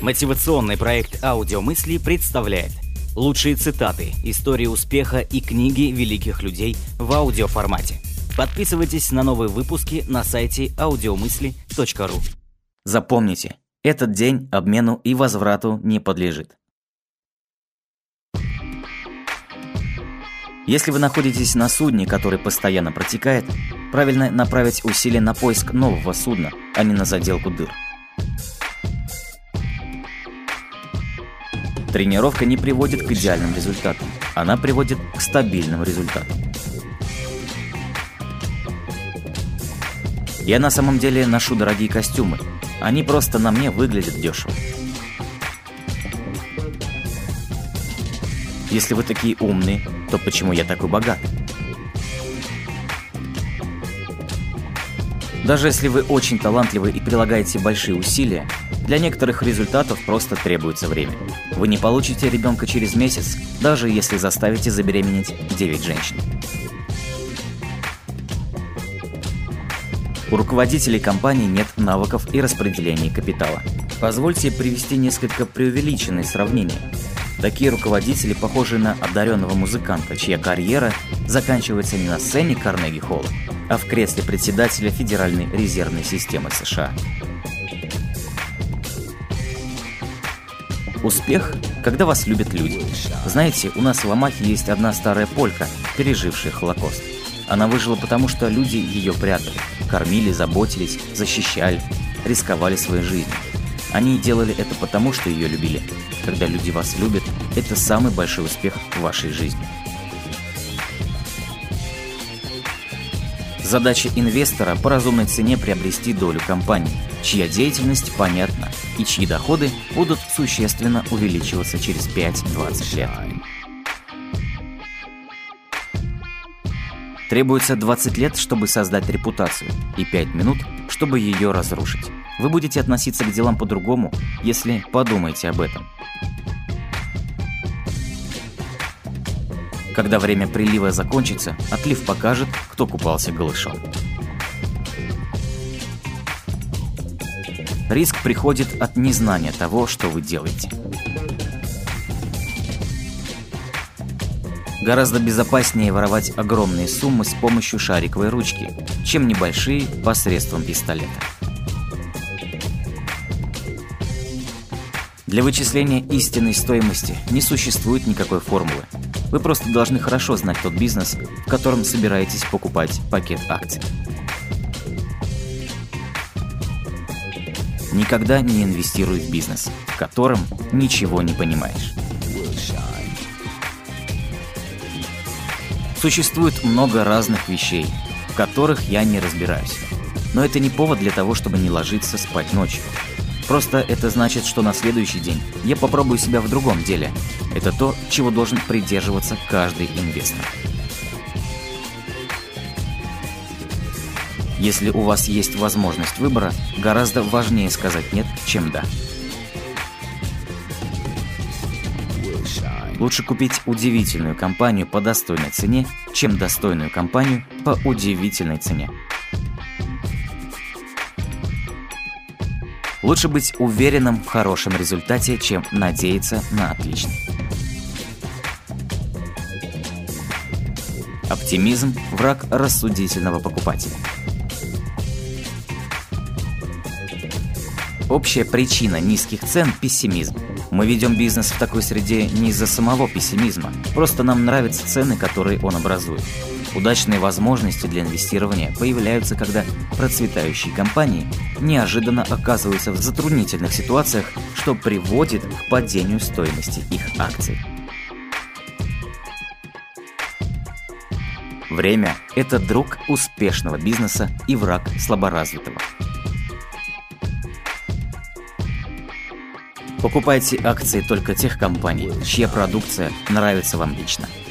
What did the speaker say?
Мотивационный проект «Аудиомысли» представляет лучшие цитаты, истории успеха и книги великих людей в аудиоформате. Подписывайтесь на новые выпуски на сайте audiomysli.ru. Запомните, этот день обмену и возврату не подлежит. Если вы находитесь на судне, который постоянно протекает, правильно направить усилия на поиск нового судна, а не на заделку дыр. Тренировка не приводит к идеальным результатам, она приводит к стабильным результатам. Я на самом деле ношу дорогие костюмы, они просто на мне выглядят дешево. Если вы такие умные, то почему я такой богат? Даже если вы очень талантливы и прилагаете большие усилия, для некоторых результатов просто требуется время. Вы не получите ребенка через месяц, даже если заставите забеременеть 9 женщин. У руководителей компаний нет навыков и распределения капитала. Позвольте привести несколько преувеличенные сравнения. Такие руководители похожи на одаренного музыканта, чья карьера заканчивается не на сцене Карнеги-холла, а в кресле председателя Федеральной резервной системы США. Успех, когда вас любят люди. Знаете, у нас в Омахе есть одна старая полька, пережившая Холокост. Она выжила потому, что люди ее прятали, кормили, заботились, защищали, рисковали своей жизнью. Они делали это потому, что ее любили. Когда люди вас любят, это самый большой успех в вашей жизни. Задача инвестора по разумной цене приобрести долю компании, чья деятельность понятна и чьи доходы будут существенно увеличиваться через 5-20 лет. Требуется 20 лет, чтобы создать репутацию, и 5 минут, чтобы ее разрушить. Вы будете относиться к делам по-другому, если подумаете об этом. Когда время прилива закончится, отлив покажет, кто купался голышом. Риск приходит от незнания того, что вы делаете. Гораздо безопаснее воровать огромные суммы с помощью шариковой ручки, чем небольшие посредством пистолета. Для вычисления истинной стоимости не существует никакой формулы. Вы просто должны хорошо знать тот бизнес, в котором собираетесь покупать пакет акций. Никогда не инвестируй в бизнес, в котором ничего не понимаешь. Существует много разных вещей, в которых я не разбираюсь. Но это не повод для того, чтобы не ложиться спать ночью. Просто это значит, что на следующий день я попробую себя в другом деле. Это то, чего должен придерживаться каждый инвестор. Если у вас есть возможность выбора, гораздо важнее сказать «нет», чем «да». Лучше купить удивительную компанию по достойной цене, чем достойную компанию по удивительной цене. Лучше быть уверенным в хорошем результате, чем надеяться на отличный. Оптимизм – враг рассудительного покупателя. Общая причина низких цен – пессимизм. Мы ведем бизнес в такой среде не из-за самого пессимизма, просто нам нравятся цены, которые он образует. Удачные возможности для инвестирования появляются, когда процветающие компании неожиданно оказываются в затруднительных ситуациях, что приводит к падению стоимости их акций. Время – это друг успешного бизнеса и враг слаборазвитого. Покупайте акции только тех компаний, чья продукция нравится вам лично.